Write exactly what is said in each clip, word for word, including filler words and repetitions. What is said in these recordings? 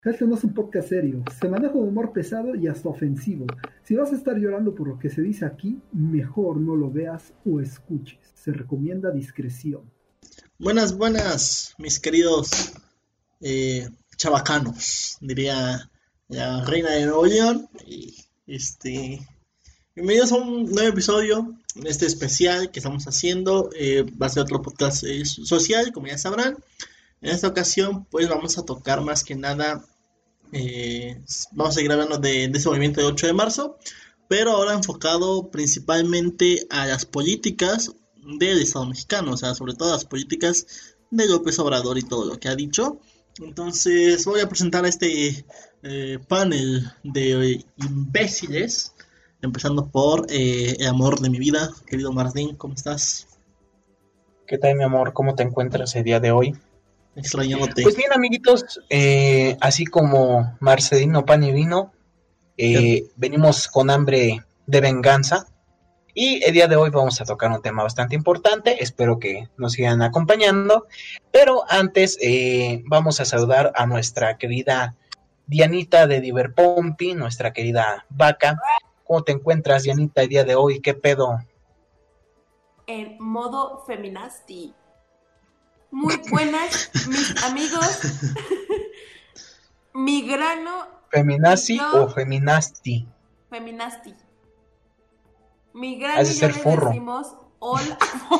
Este no es un podcast serio, se maneja un humor pesado y hasta ofensivo. Si vas a estar llorando por lo que se dice aquí, mejor no lo veas o escuches. Se recomienda discreción. Buenas, buenas, mis queridos eh, chavacanos, diría la reina de Nuevo León. Y, este, bienvenidos a un nuevo episodio, este especial que estamos haciendo. Eh, va a ser otro podcast eh, social, como ya sabrán. En esta ocasión, pues vamos a tocar más que nada, eh, vamos a seguir hablando de, de ese movimiento del ocho de marzo, pero ahora enfocado principalmente a las políticas del Estado mexicano, o sea, sobre todo las políticas de López Obrador y todo lo que ha dicho. Entonces voy a presentar a este eh, panel de imbéciles, empezando por eh, el amor de mi vida, querido Martín, ¿cómo estás? ¿Qué tal, mi amor? ¿Cómo te encuentras el día de hoy? Extrañándote. Pues bien, amiguitos, eh, así como Marcelino Pan y Vino, eh, venimos con hambre de venganza. Y el día de hoy vamos a tocar un tema bastante importante, espero que nos sigan acompañando, pero antes eh, vamos a saludar a nuestra querida Dianita de Diverpompi, nuestra querida vaca. ¿Cómo te encuentras, Dianita, el día de hoy? ¿Qué pedo? En modo feminasti. Muy buenas, mis amigos. Mi grano... ¿Feminazi yo, o feminasti? Feminasti. Mi gran Has de y yo ser le furro. decimos hola.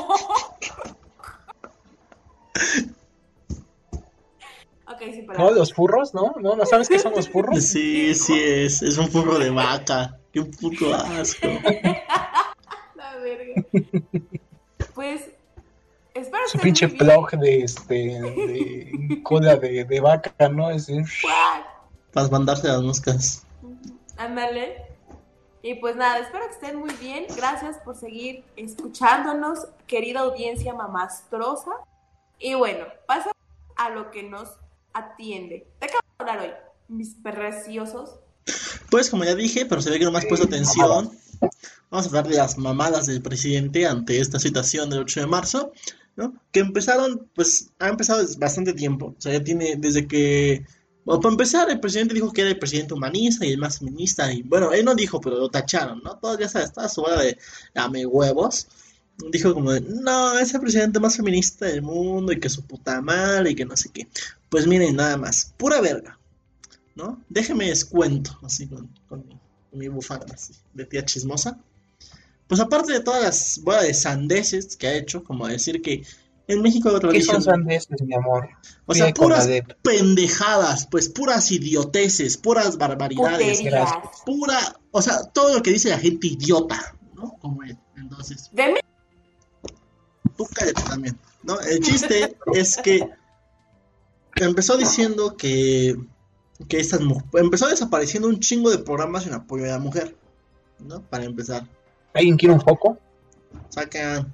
Ok, sí, para. ¿No? ¿Los furros? ¿No? ¿No? ¿No sabes qué son los furros? Sí, sí es, es un furro de vaca. Qué puto asco. La verga. Pues, espero Su estén pinche muy bien. plug de este de cola de, de vaca, ¿no? Es decir, ¡Guau! Para mandarse las moscas. Ándale. Y pues nada, espero que estén muy bien. Gracias por seguir escuchándonos, querida audiencia mamastrosa. Y bueno, pasamos a lo que nos atiende. ¿De qué vamos a hablar hoy, mis preciosos? Pues como ya dije, pero se ve que no me has puesto atención. Vamos a hablar de las mamadas del presidente ante esta situación del ocho de marzo, ¿no? Que empezaron, pues ha empezado desde bastante tiempo. O sea, ya tiene desde que... Bueno, para empezar, el presidente dijo que era el presidente humanista y el más feminista. Y bueno, él no dijo, pero lo tacharon, ¿no? Todos ya sabes, estaba su hora de dame huevos. Dijo como de, no, es el presidente más feminista del mundo y que su puta madre y que no sé qué. Pues miren, nada más, pura verga, ¿no? Déjeme descuento, así con, con, mi, con mi bufanda así, de tía chismosa. Pues aparte de todas las bolas de sandeces que ha hecho, como decir que en México hay otra ¿qué son religión. sandeces, mi amor? O sea, Viene con puras la de pendejadas, pues puras idioteces, puras barbaridades, Puterías. pura, o sea, todo lo que dice la gente idiota, ¿no? Como él. Entonces, Deme. tú cállate también, ¿no? El chiste es que empezó diciendo que, que estas mu- empezó desapareciendo un chingo de programas en apoyo a la mujer, ¿no? Para empezar, ¿alguien quiere un foco? sacan,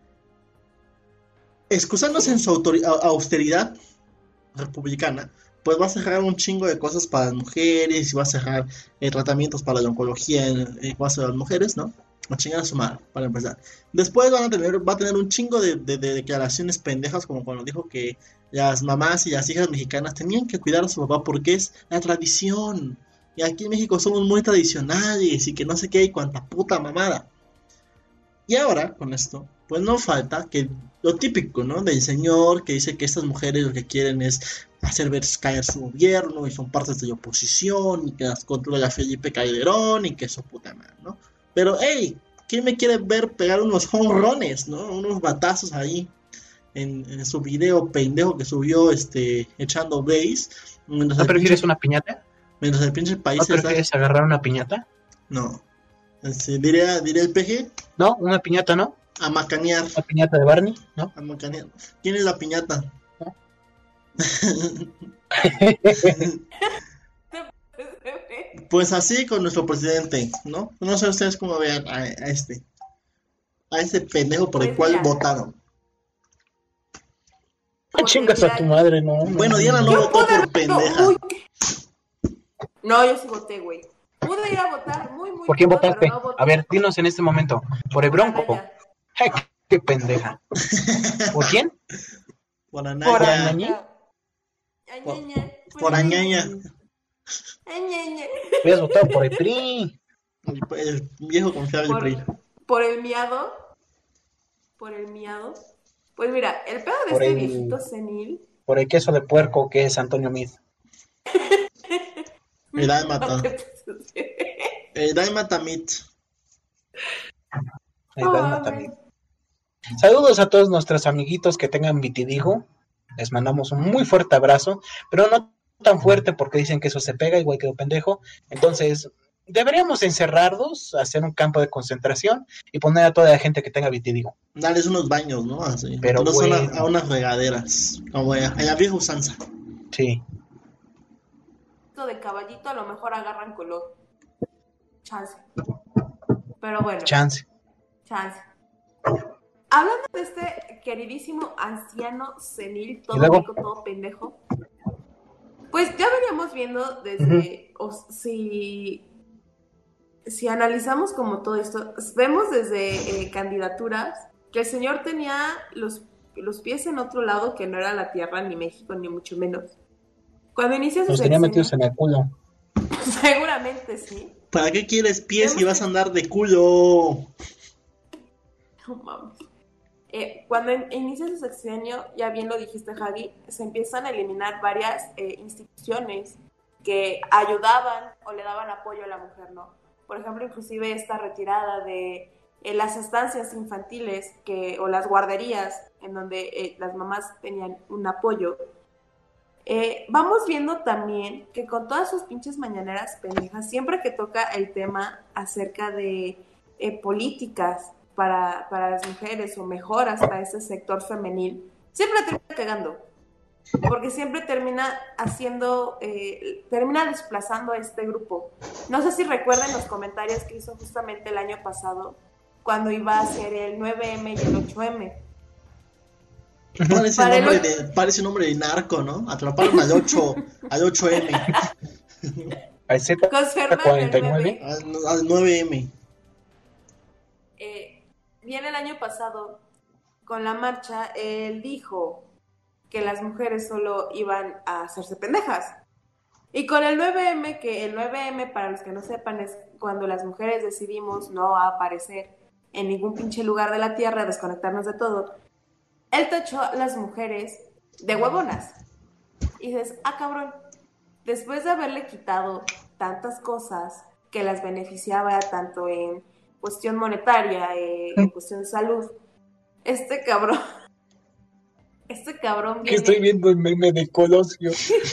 excusándose en su autori- a- austeridad republicana, pues va a cerrar un chingo de cosas para las mujeres y va a cerrar eh, tratamientos para la oncología en el caso de las mujeres, ¿no? A chingar a su madre, para empezar. Después van a tener, va a tener un chingo de, de- de declaraciones pendejas, como cuando dijo que las mamás y las hijas mexicanas tenían que cuidar a su papá porque es la tradición. Y aquí en México somos muy tradicionales y que no sé qué y cuánta puta mamada. Y ahora, con esto, pues no falta que lo típico, ¿no? Del señor que dice que estas mujeres lo que quieren es hacer ver caer su gobierno y son partes de la oposición y que las controla Felipe Calderón y que eso puta madre, ¿no? Pero, hey, ¿quién me quiere ver pegar unos jonrones, ¿no? Unos batazos ahí en, en su video pendejo que subió este echando base. Mientras ¿No el prefieres pinche, una piñata? mientras el pinche país ¿No está... prefieres agarrar una piñata? No. Este, diría, diría el P G, ¿No? ¿Una piñata no? a macanear. ¿Una piñata de Barney? ¿No? A macanear. ¿Quién es la piñata? ¿No? Pues así con nuestro presidente, ¿no? No sé ustedes cómo vean a, a este. A este pendejo por el Pues cual mira. votaron. Ah, chingas a tu madre, no. no, Bueno, Diana no Yo votó pude por pendeja. Uy. No, yo sí voté, güey. Pude ir a votar muy, muy ¿Por quién pudo, votaste? pero no voté. A ver, dinos en este momento. ¿Por el Por Bronco? Anaya. Ay, qué pendeja. ¿Por quién? Por Por Anaya. Anaya. Anaya. Añaña, Por añaña. Añaña. Hubieras votado por el P R I. El, el viejo confiable Por, P R I. por el miado. Por el miado. Pues mira, el pedo de Por este el- viejito senil. Por el queso de puerco que es Antonio Mid. El dálmata. No te pases. El dálmata Meat. Ahí No, dálmata mames. Mid. Saludos a todos nuestros amiguitos que tengan vitidigo. Les mandamos un muy fuerte abrazo, pero no tan fuerte porque dicen que eso se pega, igual quedó pendejo. Entonces, deberíamos encerrarlos, hacer un campo de concentración y poner a toda la gente que tenga vitidigo. Darles unos baños, ¿no? Así. Pero Pero bueno. a, a unas regaderas. Como en la vieja usanza. Sí. De caballito a lo mejor agarran color. Chance. Pero bueno, Chance. chance. Hablando de este queridísimo anciano senil, todo ¿Y luego? rico, todo pendejo, pues ya veníamos viendo desde, o si, si analizamos como todo esto, vemos desde eh, candidaturas que el señor tenía los, los pies en otro lado que no era la tierra, ni México, ni mucho menos. Cuando inicia su Los tenía sexenio, metidos en el culo. seguramente sí. ¿Para qué quieres pies si vas a andar de culo? No mames. Eh, cuando in- inicia su sexenio, ya bien lo dijiste, Javi, se empiezan a eliminar varias eh, instituciones que ayudaban o le daban apoyo a la mujer, ¿no? Por ejemplo, inclusive esta retirada de eh, las estancias infantiles que, o las guarderías en donde eh, las mamás tenían un apoyo. Eh, vamos viendo también que con todas sus pinches mañaneras pendejas, siempre que toca el tema acerca de eh, políticas para, para las mujeres o mejoras para ese sector femenil, siempre termina cagando, porque siempre termina haciendo, eh, termina desplazando a este grupo. No sé si recuerdan los comentarios que hizo justamente el año pasado, cuando iba a hacer el nueve eme y el ocho eme. Parece Para el nombre, ocho- de, parece nombre de narco, ¿no? Atraparon al ocho, al ocho eme, Al Z Con Fernando, cuarenta y el nueve. nueve. al, al nueve eme. Eh, bien el año pasado, con la marcha, él dijo que las mujeres solo iban a hacerse pendejas. Y con el nueve eme, que el nueve eme, para los que no sepan, es cuando las mujeres decidimos no aparecer en ningún pinche lugar de la tierra, desconectarnos de todo, él tachó a las mujeres de huevonas. Y dices, ah, cabrón, después de haberle quitado tantas cosas que las beneficiaba tanto en cuestión monetaria, eh, en cuestión de salud, este cabrón, este cabrón Que viene... estoy viendo el meme de Colosio.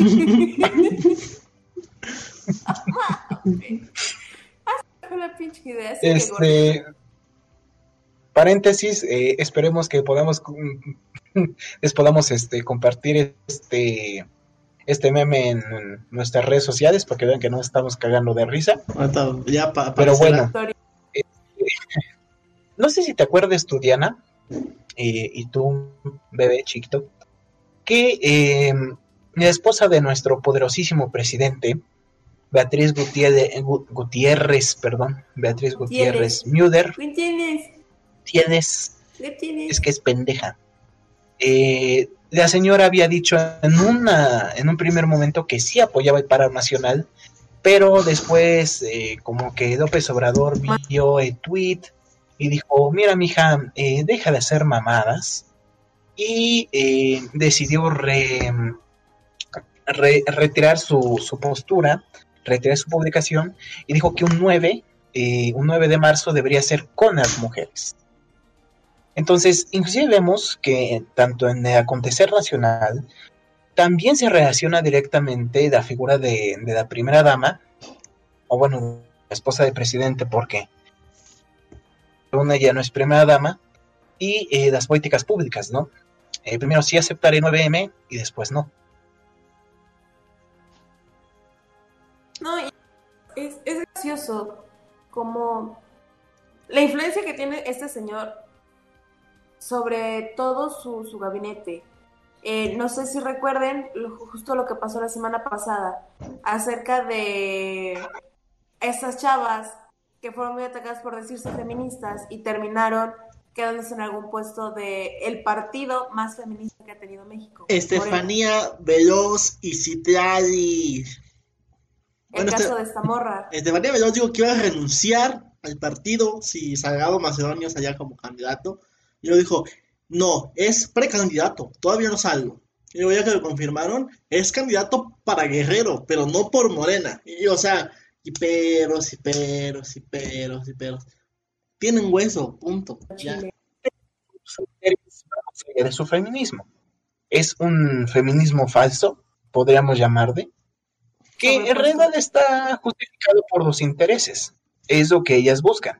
Con la pinche idea, sí, que gordo. Este. Paréntesis, eh, esperemos que podamos les podamos este compartir este este meme en, en nuestras redes sociales para que vean que no estamos cagando de risa. Ahorita ya pa- Pero aparecerá. bueno, no sé si te acuerdas tú, Diana, eh, y tú, bebé chiquito, que eh, la esposa de nuestro poderosísimo presidente, Beatriz Gutiérrez, Gu- Gutiérrez, perdón, Beatriz Gutiérrez Gutiérrez. Müller, ¿Qué tienes? tienes, ¿Qué tienes? es que es pendeja. Eh, la señora había dicho en una, en un primer momento que sí apoyaba el paro nacional, pero después eh, como que López Obrador vio el tweet y dijo, mira mija, eh, deja de hacer mamadas, y eh, decidió re, re- retirar su, su postura, retirar su publicación, y dijo que un nueve, eh, un nueve de marzo debería ser con las mujeres. Entonces, inclusive vemos que tanto en el acontecer nacional también se relaciona directamente la figura de, de la primera dama, o bueno, la esposa del presidente, porque una ya no es primera dama, y eh, las políticas públicas, ¿no? Eh, primero sí aceptar el nueve eme y después no. No, y es, es gracioso como la influencia que tiene este señor sobre todo su, su gabinete. Eh, no sé si recuerden lo, justo lo que pasó la semana pasada acerca de esas chavas que fueron muy atacadas por decirse feministas y terminaron quedándose en algún puesto de el partido más feminista que ha tenido México. Estefanía Veloz y Citlali. El Bueno, caso este- de esta morra. Estefanía Veloz dijo que iba a renunciar al partido si Salgado Macedonio salía como candidato. Y luego dijo, no, es precandidato, todavía no salgo. Y luego ya que lo confirmaron, es candidato para Guerrero, pero no por Morena. Y o sea, y peros, y peros, y peros, y peros. Tienen hueso, punto. Ya. Chile. De su feminismo. Es un feminismo falso, podríamos llamarle, que en realidad está justificado por los intereses. Es lo que ellas buscan.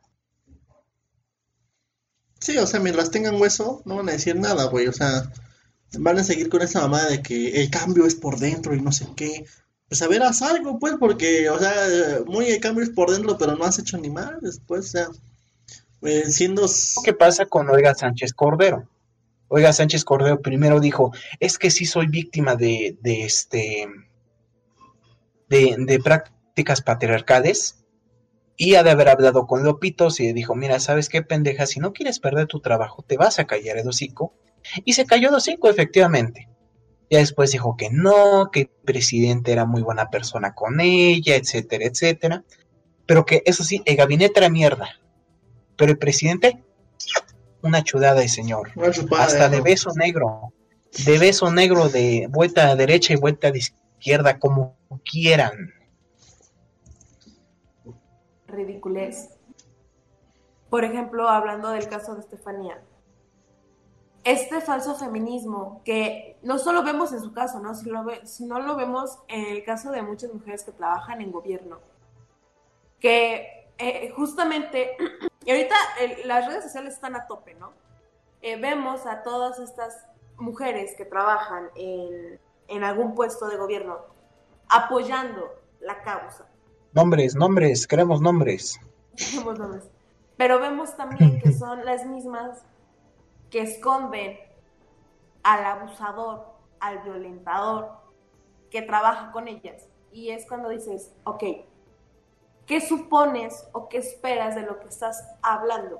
Sí, o sea, mientras tengan hueso, no van a decir nada, güey. O sea, van a seguir con esa mamada de que el cambio es por dentro y no sé qué. Pues a ver, haz algo, pues, porque, o sea, muy el cambio es por dentro, pero no has hecho ni más después, o sea, eh, siendo... ¿Qué pasa con Olga Sánchez Cordero? Olga Sánchez Cordero primero dijo, es que sí soy víctima de, de este de, de prácticas patriarcales, y ha de haber hablado con Lopitos y dijo, mira, ¿sabes qué, pendeja? Si no quieres perder tu trabajo, te vas a callar el hocico. Y se cayó el hocico, efectivamente. Ya después dijo que no, que el presidente era muy buena persona con ella, etcétera, etcétera. Pero que, eso sí, el gabinete era mierda. Pero el presidente, una chudada de señor. Una chupada Hasta de de ojo. beso negro. De beso negro, de vuelta a derecha y vuelta a la izquierda, como quieran. Ridiculez. Por ejemplo, hablando del caso de Estefanía. Este falso feminismo que no solo vemos en su caso, ¿no? Sino, ve, sino lo vemos en el caso de muchas mujeres que trabajan en gobierno. Que eh, justamente, y ahorita el, las redes sociales están a tope, ¿no? Eh, vemos a todas estas mujeres que trabajan en, en algún puesto de gobierno apoyando la causa. Nombres, nombres, queremos nombres. Tenemos nombres. Pero vemos también que son las mismas que esconden al abusador, al violentador que trabaja con ellas. Y es cuando dices, ok, ¿qué supones o qué esperas de lo que estás hablando?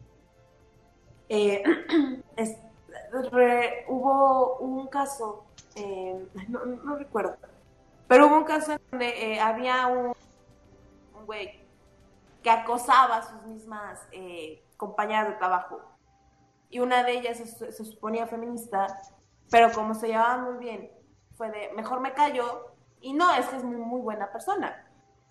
Eh, es, re, hubo un caso, eh, no, no recuerdo, pero hubo un caso en donde eh, había un, un güey que acosaba a sus mismas eh, compañeras de trabajo. Y una de ellas se, se suponía feminista, pero como se llevaban muy bien, fue de, mejor me callo, y no, es que es muy, muy buena persona.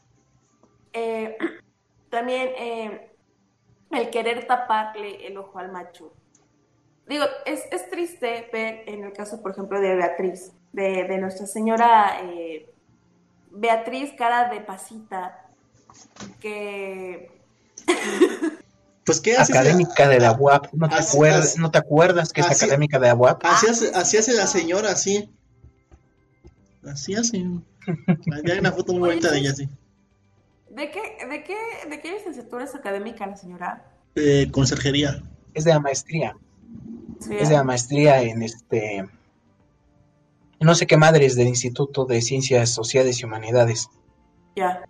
Eh, también eh, el querer taparle el ojo al macho. Digo, es, es triste ver en el caso, por ejemplo, de Beatriz, de, de nuestra señora eh, Beatriz, cara de pasita, que... Pues qué hace académica de la U A P, ¿no te, así, acuerdas, así, ¿no te acuerdas que es así, académica de la U A P? Así hace, así hace la señora, así. Así hace. Hay una foto muy Oye, bonita de ella, así. ¿De qué, de qué, de qué licenciatura es académica la señora? Eh, conserjería. Es de la maestría. Sí, Es de la maestría en este... no sé qué madres del Instituto de Ciencias Sociales y Humanidades. ya.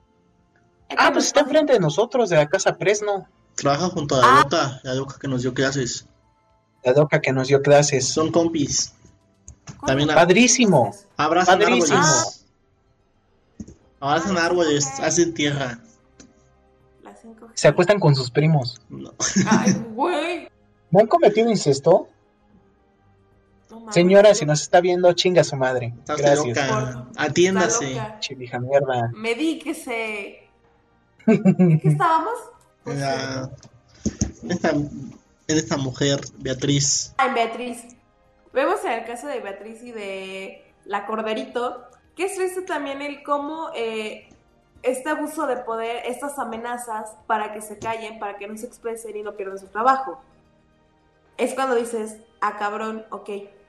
Ah, pues está enfrente de nosotros, de la Casa Fresno. Trabaja junto a la Ah. loca, la loca que nos dio clases. La doca que nos dio clases. Son compis. ¿Cómo? También a- Padrísimo. Abrazan Padrísimo. árboles. Abrazan Ah, árboles, ok. hacen tierra. La cinco G. Se acuestan con sus primos. No. Ay, güey. ¿No han cometido incesto? No mames. Señora, si nos está viendo, chinga su madre. Está usted Gracias. loca. Está Atiéndase. loca. Chivija mierda. Medíquese. ¿En qué estábamos? Pues, La- Esta, esta mujer, Beatriz. en Beatriz. Vemos en el caso de Beatriz y de la Corderito, que es triste también el cómo eh, este abuso de poder, estas amenazas para que se callen, para que no se expresen y no pierdan su trabajo. Es cuando dices, ah, cabrón, ok.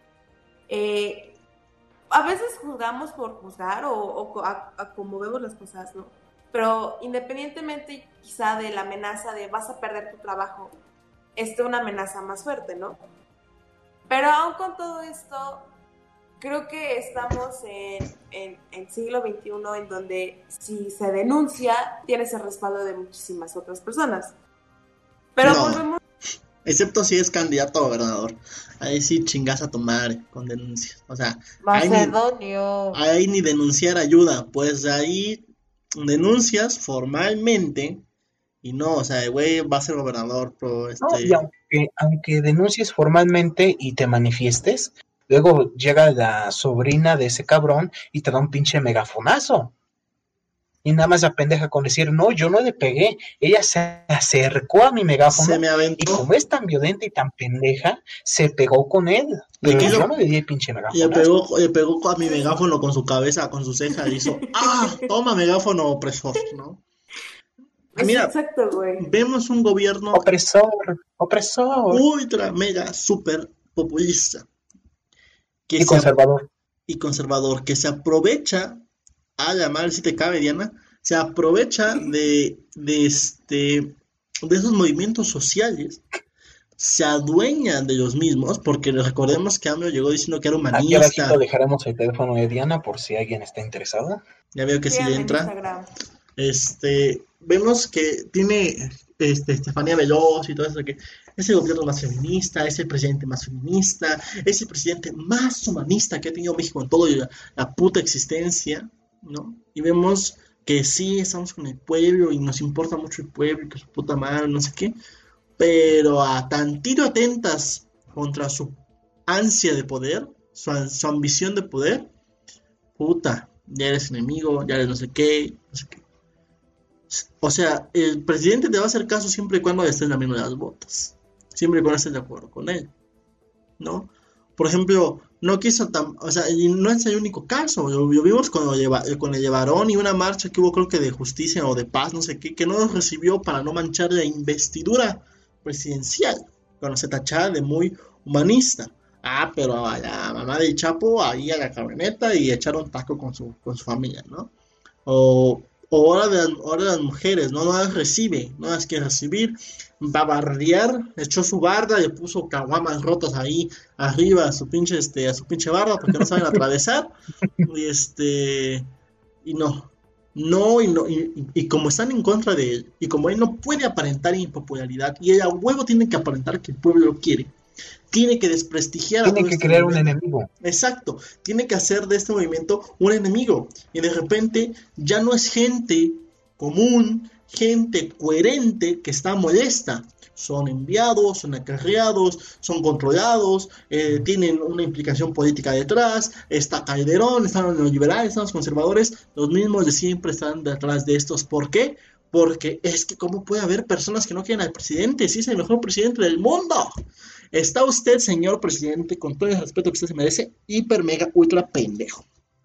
Eh, a veces juzgamos por juzgar o, o a, a como vemos las cosas, ¿no? Pero independientemente quizá de la amenaza de vas a perder tu trabajo, esté una amenaza más fuerte, ¿no? Pero aún con todo esto, creo que estamos en, en, en siglo veintiuno en donde si se denuncia, tienes el respaldo de muchísimas otras personas. Pero No. volvemos... Excepto si es candidato a gobernador. Ahí sí chingas a tomar con denuncias. O sea, ahí ni, Macedonio. ahí ni denunciar ayuda. Pues ahí denuncias formalmente y no, o sea, el güey va a ser gobernador, pero No, y este... aunque, aunque denuncies formalmente y te manifiestes, luego llega la sobrina de ese cabrón y te da un pinche megafonazo. Y nada más la pendeja con decir, no, yo no le pegué. Ella se acercó a mi Se megáfono me y aventó. como es tan violenta y tan pendeja, se pegó con él. Le Pero quiso- yo no le di el pinche Le megáfono. pegó, le pegó a mi megáfono con su cabeza, con su ceja, y hizo, ¡ah! Toma megáfono opresor, ¿no? Ah, Es mira, exacto, güey. vemos un gobierno Opresor, opresor. ultra, mega, super populista que Y se ap- conservador. y conservador, que se aprovecha, a la madre si te cabe, Diana, se aprovecha de, de, este, de esos movimientos sociales, se adueña de los mismos, porque recordemos que AMLO llegó diciendo que era Aquí humanista. abajito dejaremos el teléfono de Diana por si alguien está interesado. Ya veo que sí Síganme le en entra. Instagram. Este, vemos que tiene este, Estefanía Veloz y todo eso, que es el gobierno más feminista, es el presidente más feminista, es el presidente más humanista que ha tenido México en toda la, la puta existencia, ¿no? Y vemos que sí, estamos con el pueblo y nos importa mucho el pueblo y que su puta madre, no sé qué, pero a tantito atentas contra su ansia de poder, su, an- su ambición de poder, puta, ya eres enemigo, ya eres no sé qué, no sé qué. O sea, el presidente te va a hacer caso siempre y cuando estés lamiendo las botas. Siempre y cuando estés de acuerdo con él, ¿no? Por ejemplo, no quiso tan... O sea, y no es el único caso. Lo, lo vimos con, lo lleva, con el llevarón y una marcha que hubo, creo que de justicia o de paz, no sé qué, que no nos recibió para no manchar la investidura presidencial, cuando se tachaba de muy humanista. Ah, pero a la mamá del Chapo, ahí a la camioneta y echaron taco con su, con su familia, ¿no? O... O ahora de, las, ahora de las mujeres, ¿no? No las recibe, no las quiere recibir, va a bardear, echó su barda, le puso caguamas rotas ahí arriba a su pinche, este, a su pinche barda porque no saben atravesar, y este, y no, no, y no, y, y, y como están en contra de él, y como él no puede aparentar impopularidad, y él a huevo tiene que aparentar que el pueblo lo quiere, tiene que desprestigiar a Tiene todo que este crear un movimiento. enemigo. Exacto, tiene que hacer de este movimiento un enemigo. Y de repente ya no es gente común, gente coherente que está molesta. Son enviados, son acarreados, son controlados, eh, tienen una implicación política detrás. Está Calderón, están los liberales, están los conservadores, los mismos de siempre están detrás de estos. ¿Por qué? Porque es que cómo puede haber personas que no quieren al presidente si es el mejor presidente del mundo. Está usted, señor presidente, con todo el respeto que usted se merece, hiper, mega, ultra pendejo.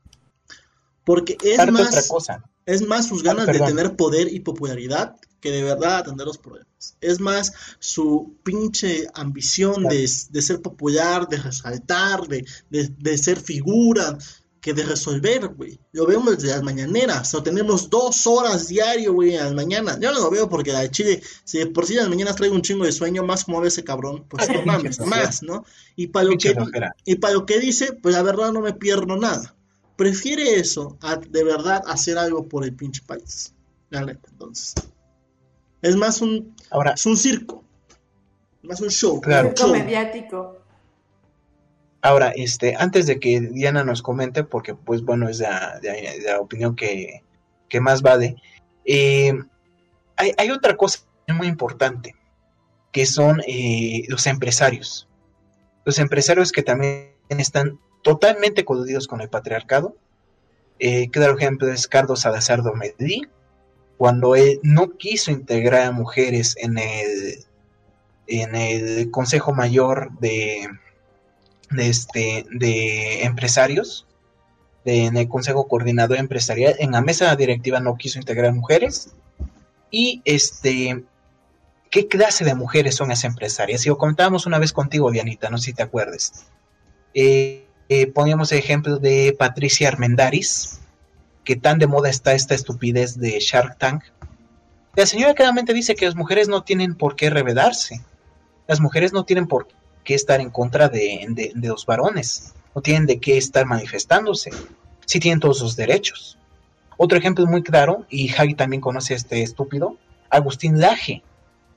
Porque es Parte más, otra cosa. es más sus Ah, ganas de perdón. tener poder y popularidad que de verdad atender los problemas. Es más su pinche ambición Claro. de, de ser popular, de resaltar, de, de, de ser figura, que de resolver, güey. Lo vemos desde las mañaneras, o tenemos dos horas diario, güey, en las mañanas. Yo no lo veo porque la de Chile, si de por sí las mañanas traigo un chingo de sueño, más como ve ese cabrón, pues no mames, más, ¿no? Y para lo Pinche que, flojera. y para lo que dice, pues la verdad no me pierdo nada. Prefiere eso a de verdad hacer algo por el pinche país. La neta, entonces. Es más un, Ahora, es un circo. Más un show. Claro. un Circo show. mediático. ahora, este, antes de que Diana nos comente, porque pues bueno, es la, la, la opinión que, que más vale, eh, hay, hay otra cosa muy importante, que son eh, los empresarios. Los empresarios que también están totalmente coludidos con el patriarcado. Eh, claro ejemplo es Carlos Salazar Domelí, cuando él no quiso integrar a mujeres en el, en el Consejo Mayor de, de, este, de Empresarios, de, en el Consejo Coordinador Empresarial, en la mesa directiva no quiso integrar mujeres. Y este, ¿qué clase de mujeres son esas empresarias? Si lo comentábamos una vez contigo, Dianita, no sé si te acuerdes. Eh, eh, poníamos el ejemplo de Patricia Armendáriz, que tan de moda está esta estupidez de Shark Tank. La señora claramente dice que las mujeres no tienen por qué rebelarse. Las mujeres no tienen por qué estar en contra de, de, de los varones. No tienen de qué estar manifestándose. Sí tienen todos los derechos. Otro ejemplo muy claro, y Javi también conoce a este estúpido, Agustín Laje.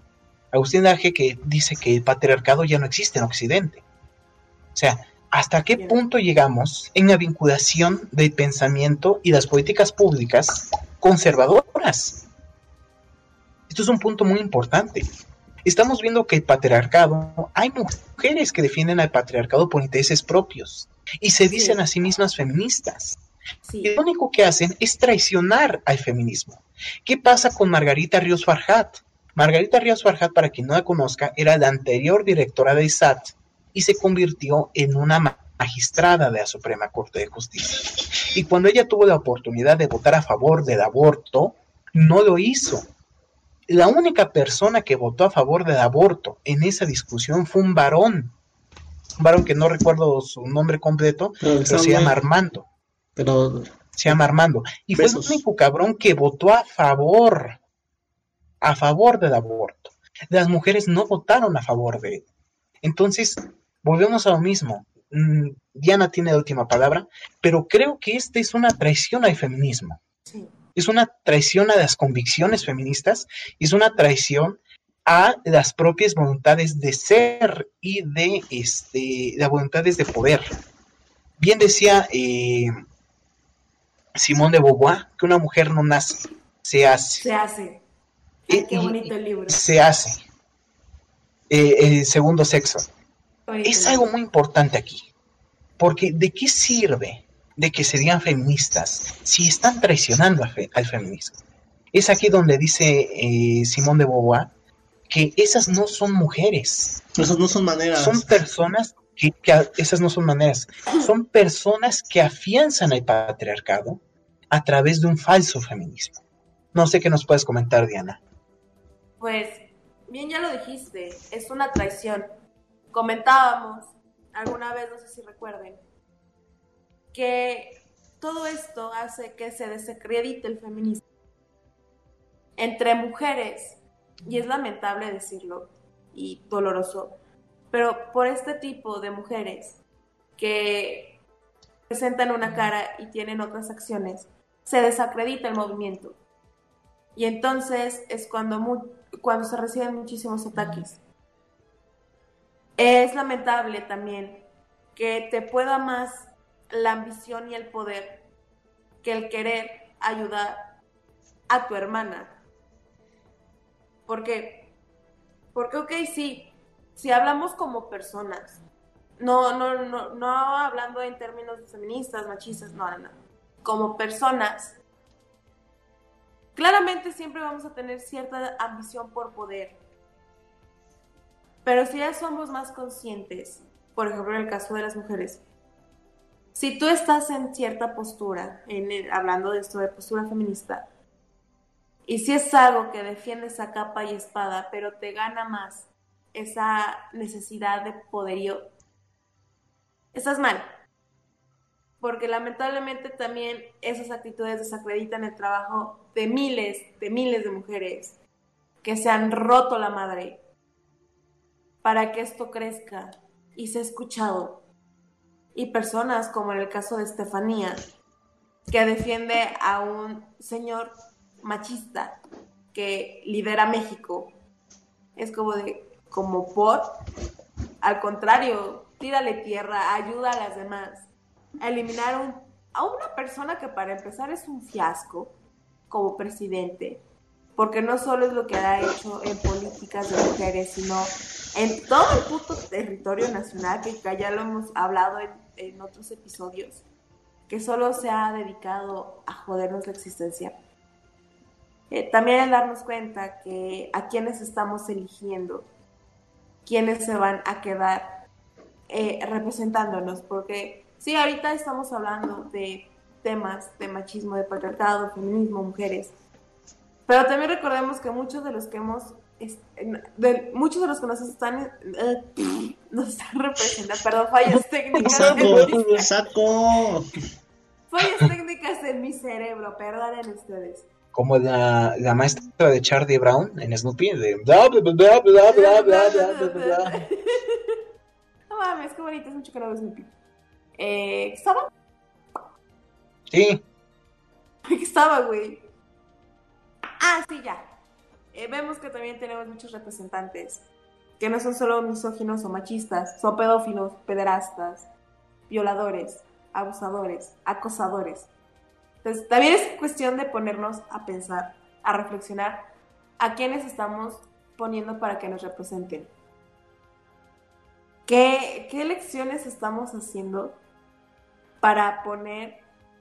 Agustín Laje, que dice que el patriarcado ya no existe en Occidente. O sea, ¿hasta qué punto llegamos en la vinculación del pensamiento y las políticas públicas conservadoras? Esto es un punto muy importante. Estamos viendo que el patriarcado, hay mujeres que defienden al patriarcado por intereses propios y se dicen sí. a sí mismas feministas. Sí. Y lo único que hacen es traicionar al feminismo. ¿Qué pasa con Margarita Ríos Farjat? Margarita Ríos Farjat, para quien no la conozca, era la anterior directora del S A T y se convirtió en una magistrada de la Suprema Corte de Justicia. Y cuando ella tuvo la oportunidad de votar a favor del aborto, no lo hizo. La única persona que votó a favor del aborto en esa discusión fue un varón. Un varón que no recuerdo su nombre completo, pero, pero se llama Armando. Pero... Se llama Armando. Y besos. Fue el único cabrón que votó a favor. A favor del aborto. Las mujeres no votaron a favor de él. Entonces, volvemos a lo mismo. Mm, Diana tiene la última palabra, pero creo que esta es una traición al feminismo. Sí. Es una traición a las convicciones feministas, es una traición a las propias voluntades de ser y de este, las voluntades de poder. Bien decía eh, Simone de Beauvoir que una mujer no nace, se hace. Se hace. Ay, qué bonito el libro. Se hace. Eh, el segundo sexo. Es algo muy importante aquí, porque ¿de qué sirve de que se digan feministas si están traicionando al, fe, al feminismo? Es aquí donde dice eh, Simone de Beauvoir que esas no son mujeres. Esas no son maneras. Son personas que, que esas no son maneras. Son personas que afianzan al patriarcado a través de un falso feminismo. No sé qué nos puedes comentar, Diana. Pues, bien ya lo dijiste, es una traición. Comentábamos alguna vez, no sé si recuerden, que todo esto hace que se desacredite el feminismo entre mujeres, y es lamentable decirlo y doloroso, pero por este tipo de mujeres que presentan una cara y tienen otras acciones, se desacredita el movimiento, y entonces es cuando, mu- cuando se reciben muchísimos ataques. Es lamentable también que te pueda más la ambición y el poder que el querer ayudar a tu hermana. ¿Por qué? Porque, ok, sí, si hablamos como personas, no, no, no, no hablando en términos feministas, machistas, no, no, no, como personas, claramente siempre vamos a tener cierta ambición por poder. Pero si ya somos más conscientes, por ejemplo en el caso de las mujeres, si tú estás en cierta postura, en el, hablando de esto de postura feminista, y si es algo que defiendes a capa y espada, pero te gana más esa necesidad de poderío, estás mal. Porque lamentablemente también esas actitudes desacreditan el trabajo de miles, de miles de mujeres que se han roto la madre para que esto crezca y sea escuchado. Y personas como en el caso de Estefanía, que defiende a un señor machista que lidera México, es como de, como por, al contrario, tírale tierra, ayuda a las demás, a eliminar un, a una persona que para empezar es un fiasco como presidente, porque no solo es lo que ha hecho en políticas de mujeres, sino en todo el puto territorio nacional, que ya lo hemos hablado en, en otros episodios, que solo se ha dedicado a jodernos la existencia. Eh, también el darnos cuenta que a quienes estamos eligiendo, quienes se van a quedar eh, representándonos, porque sí, ahorita estamos hablando de temas de machismo, de patriarcado, feminismo, mujeres, pero también recordemos que muchos de los que hemos de, muchos de los que nos están uh, nos están representando, perdón, fallas técnicas saco, mi, saco. fallas técnicas en mi cerebro, perdonen ustedes. Como la, la maestra de Charlie Brown en Snoopy, de bla bla bla bla bla bla bla bla bla. No mames, qué bonito, es mucho que no veo Snoopy. Eh, ¿Estaba? Sí. ¿Qué estaba, güey? Ah, sí, ya. eh, vemos que también tenemos muchos representantes que no son solo misóginos o machistas, son pedófilos, pederastas, violadores, abusadores, acosadores. Entonces, también es cuestión de ponernos a pensar, a reflexionar a quiénes estamos poniendo para que nos representen. ¿Qué, qué elecciones estamos haciendo para poner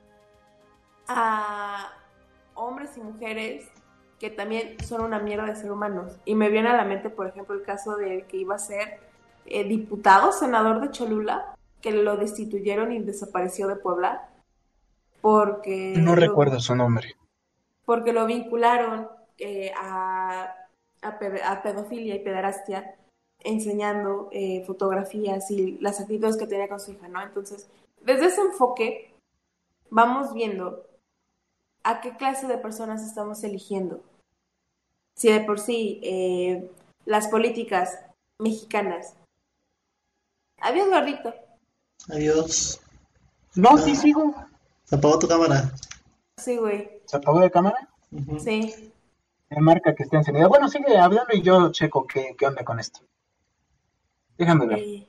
a hombres y mujeres que también son una mierda de ser humanos? Y me viene a la mente, por ejemplo, el caso de que iba a ser eh, diputado, senador de Cholula, que lo destituyeron y desapareció de Puebla, porque... No lo, recuerdo su nombre. Porque lo vincularon eh, a, a, ped- a pedofilia y pederastia, enseñando eh, fotografías y las actitudes que tenía con su hija, ¿no? Entonces, desde ese enfoque, vamos viendo a qué clase de personas estamos eligiendo. Si de por sí eh, las políticas mexicanas... Adiós, gordito. Adiós. No, Ah, sí sigo. Se apagó tu cámara. Sí, güey. ¿Se apagó la cámara? Ujú. Sí. Me marca que está encendida. Bueno, sigue hablando y yo checo qué, qué onda con esto. Déjame ver. Eh.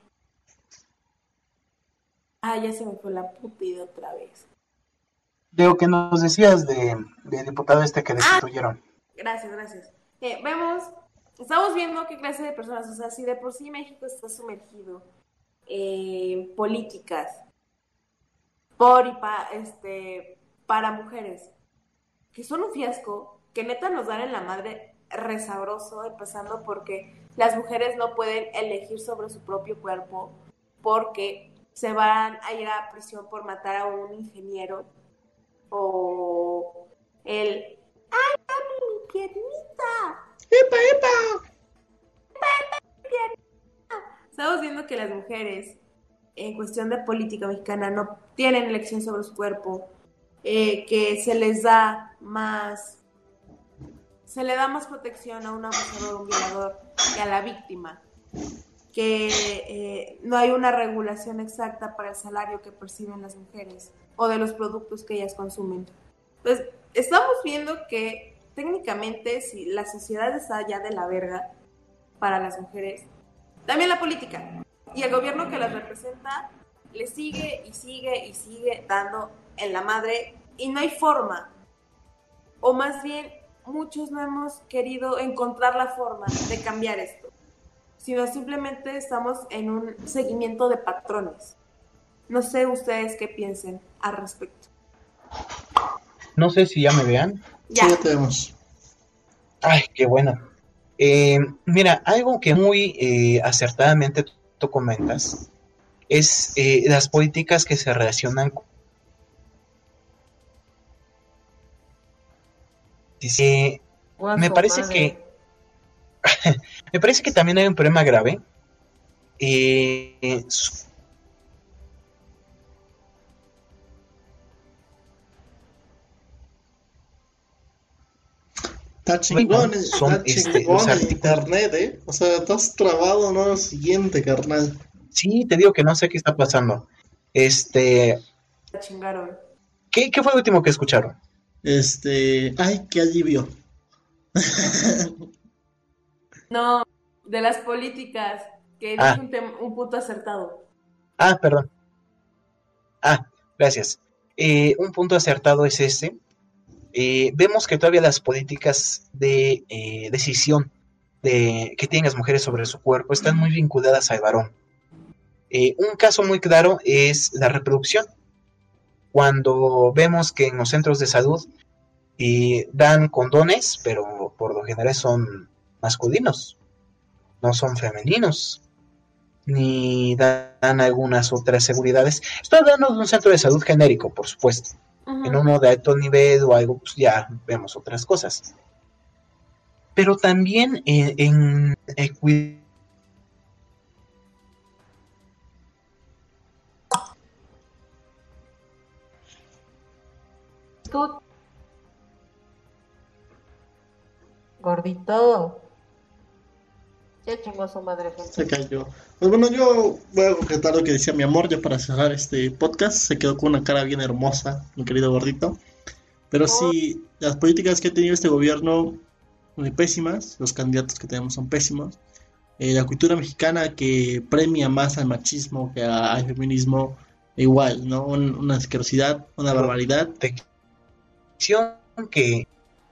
Ah, ya se me fue la putida otra vez. De lo que nos decías de, de diputado este que destituyeron. Gracias, gracias. Eh, vemos, estamos viendo qué clase de personas, o sea, si de por sí México está sumergido en políticas por y pa, este, para mujeres, que son un fiasco, que neta nos dan en la madre resabroso, empezando porque las mujeres no pueden elegir sobre su propio cuerpo porque se van a ir a prisión por matar a un ingeniero o el ¡ay, mami, mi piernita! ¡Epa, epa! Estamos viendo que las mujeres, en cuestión de política mexicana, no tienen elección sobre su cuerpo, eh, que se les da más, se le da más protección a un abusador o un violador que a la víctima, que eh, no hay una regulación exacta para el salario que perciben las mujeres o de los productos que ellas consumen. Pues estamos viendo que técnicamente si la sociedad está ya de la verga para las mujeres, también la política y el gobierno que las representa le sigue y sigue y sigue dando en la madre y no hay forma, o más bien muchos no hemos querido encontrar la forma de cambiar esto, sino simplemente estamos en un seguimiento de patrones. No sé ustedes qué piensen al respecto. No sé si ya me vean. Ya. Sí, ya te vemos. Ay, qué bueno. Eh, mira, algo que muy eh, acertadamente tú, tú comentas es eh, las políticas que se relacionan con... Eh, me parece que me parece que también hay un problema grave. Eh, Está chingón, son, está este, chingón los el artículos. internet, ¿eh? O sea, estás trabado, ¿no? Lo siguiente, carnal. Sí, te digo que no sé qué está pasando. Este, La chingaron. ¿qué, qué fue lo último que escucharon? Este... Ay, qué alivio. No, de las políticas, que Ah. dije un, tem- un punto acertado. Ah, perdón. Ah, gracias. Eh, un punto acertado es este. Eh, vemos que todavía las políticas de eh, decisión de, que tienen las mujeres sobre su cuerpo están muy vinculadas al varón. Eh, un caso muy claro es la reproducción. Cuando vemos que en los centros de salud eh, dan condones, pero por lo general son masculinos, no son femeninos, ni dan algunas otras seguridades. Estoy hablando de un centro de salud genérico, por supuesto. Ujú. En uno de alto nivel o algo, pues ya vemos otras cosas. Pero también eh, en el cuidado. Tú, Gordito. Ya chingó a su madre, gente. Se cayó. Pues bueno, yo voy a concretar lo que decía mi amor, ya para cerrar este podcast. Se quedó con una cara bien hermosa, mi querido gordito. Pero sí, las políticas que ha tenido este gobierno muy pésimas, los candidatos que tenemos son pésimos. Eh, la cultura mexicana que premia más al machismo que a- al feminismo, igual, ¿no? Un- una asquerosidad, una barbaridad. Protección que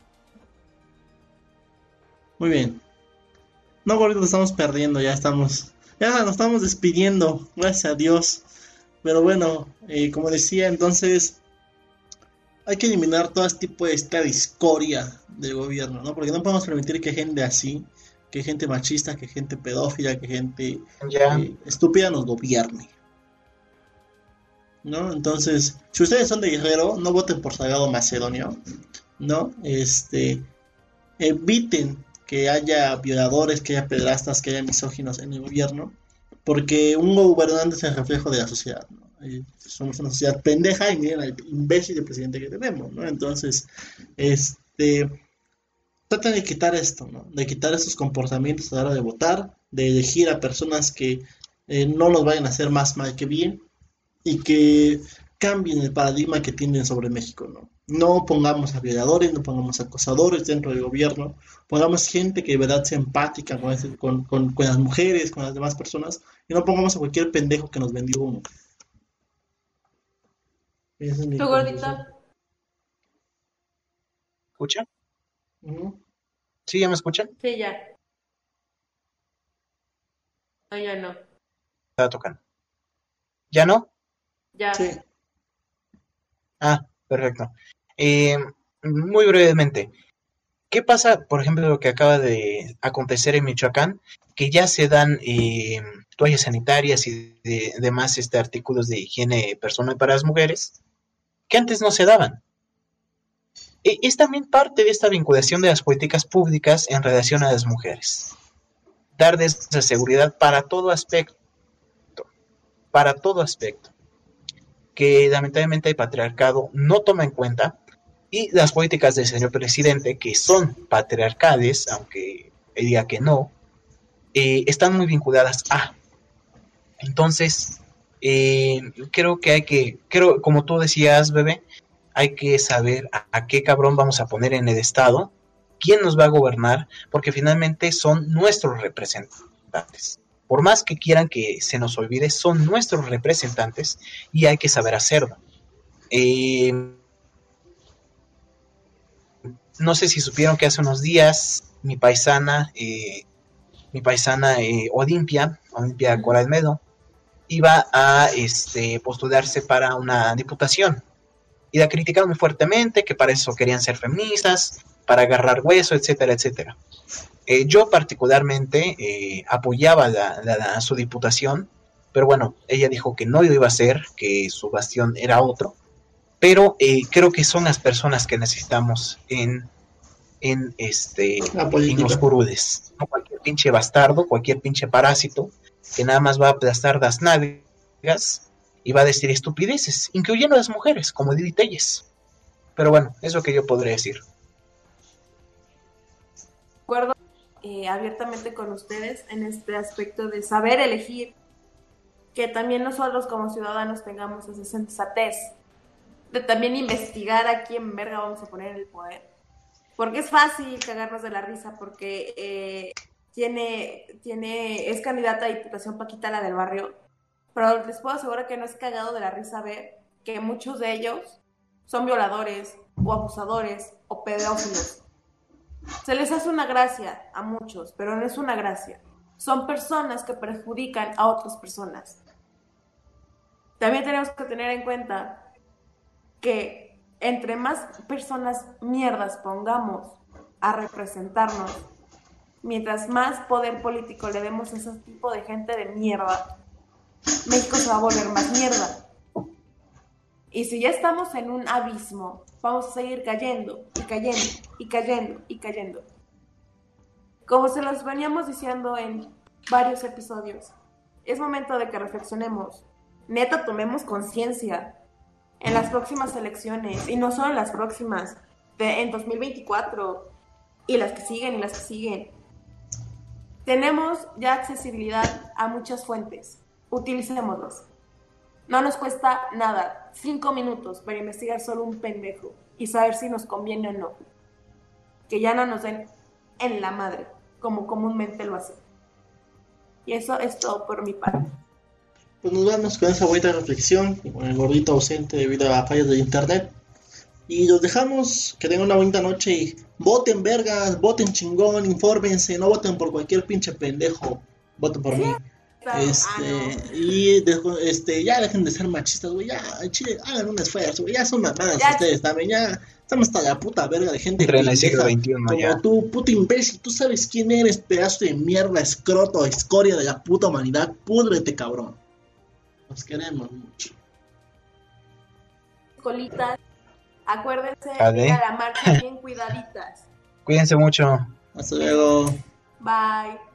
Muy bien. No, gordito, estamos perdiendo, ya estamos, ya nos estamos despidiendo, gracias a Dios. Pero bueno, eh, como decía, entonces hay que eliminar todo este tipo de esta discordia del gobierno, ¿no? Porque no podemos permitir que gente así, que gente machista, que gente pedófila, que gente ya eh, estúpida nos gobierne, ¿no? Entonces, si ustedes son de Guerrero, no voten por Salgado Macedonio, ¿no? Este, eviten que haya violadores, que haya pedrastas, que haya misóginos en el gobierno, porque un gobernante es el reflejo de la sociedad, ¿no? Eh, somos una sociedad pendeja y miren al imbécil de presidente que tenemos, ¿no? Entonces, este, tratan de quitar esto, ¿no? De quitar estos comportamientos a la hora de votar, de elegir a personas que eh, no nos vayan a hacer más mal que bien y que cambien el paradigma que tienen sobre México, ¿no? No pongamos a violadores, no pongamos a acosadores dentro del gobierno, pongamos gente que de verdad sea empática con, ese- con, con- con las mujeres, con las demás personas, y no pongamos a cualquier pendejo que nos vendió uno. Esa es mi ¿Tu conclusión. gordita? escucha. Ujú. ¿Sí ya me escuchan? Sí, ya. No, ya no. Estaba tocando. ¿Ya no? Ya. Sí, Ah, perfecto. Eh, muy brevemente, ¿qué pasa, por ejemplo, lo que acaba de acontecer en Michoacán? Que ya se dan eh, toallas sanitarias y de- demás este, artículos de higiene personal para las mujeres, que antes no se daban. E- es también parte de esta vinculación de las políticas públicas en relación a las mujeres. Dar de esa seguridad para todo aspecto, para todo aspecto, que lamentablemente el patriarcado no toma en cuenta y las políticas del señor presidente, que son patriarcales, aunque él diga que no, eh, están muy vinculadas a. Entonces, eh, creo que hay que, creo, como tú decías, bebé, hay que saber a, a qué cabrón vamos a poner en el Estado, quién nos va a gobernar, porque finalmente son nuestros representantes. Por más que quieran que se nos olvide, son nuestros representantes y hay que saber hacerlo. Eh, no sé si supieron que hace unos días mi paisana, eh, mi paisana eh, Olimpia, Olimpia Coral Medo, iba a este, postularse para una diputación. Y la criticaron muy fuertemente, que para eso querían ser feministas, para agarrar hueso, etcétera, etcétera. Eh, yo particularmente eh, apoyaba la, la, la, su diputación, pero bueno, ella dijo que no lo iba a hacer, que su bastión era otro, pero eh, creo que son las personas que necesitamos en, en, este, la en los política. curules. No cualquier pinche bastardo, cualquier pinche parásito, que nada más va a aplastar las nalgas y va a decir estupideces, incluyendo a las mujeres, como Lili Telles. Pero bueno, es lo que yo podría decir. Acuerdo eh, abiertamente con ustedes en este aspecto de saber elegir, que también nosotros como ciudadanos tengamos esa sensatez de también investigar a quién verga vamos a poner en el poder. Porque es fácil cagarnos de la risa, porque eh, tiene, tiene, es candidata a diputación Paquita, la del barrio, pero les puedo asegurar que no es cagado de la risa ver que muchos de ellos son violadores o abusadores o pedófilos. Se les hace una gracia a muchos, pero no es una gracia. Son personas que perjudican a otras personas. También tenemos que tener en cuenta que entre más personas mierdas pongamos a representarnos, mientras más poder político le demos a ese tipo de gente de mierda, México se va a volver más mierda. Y si ya estamos en un abismo, vamos a seguir cayendo y cayendo y cayendo y cayendo. Como se los veníamos diciendo en varios episodios, es momento de que reflexionemos. Neta, tomemos conciencia en las próximas elecciones, y no solo en las próximas, de, en dos mil veinticuatro, y las que siguen y las que siguen. Tenemos ya accesibilidad a muchas fuentes. Utilicémoslos. No nos cuesta nada, cinco minutos para investigar solo un pendejo y saber si nos conviene o no. Que ya no nos den en la madre, como comúnmente lo hacen. Y eso es todo por mi parte. Pues nos vamos con esa bonita reflexión y con el gordito ausente debido a fallas de internet. Y los dejamos, que tengan una bonita noche y voten vergas, voten chingón, infórmense, no voten por cualquier pinche pendejo, voten por mí. Este, Ah, no. y de- este, ya dejen de ser machistas, güey, ya, al chile, hagan un esfuerzo, güey, ya son mamadas Ya. ustedes también, ya, estamos hasta la puta verga de gente Entre en el siglo pendeja, veintiuno como ya. tú, puto imbécil, tú sabes quién eres, pedazo de mierda, escroto, escoria de la puta humanidad, púdrete, cabrón. Los queremos mucho. Colitas, acuérdense A de ir ver. a la marcha bien cuidaditas. Cuídense mucho. Hasta luego. Bye.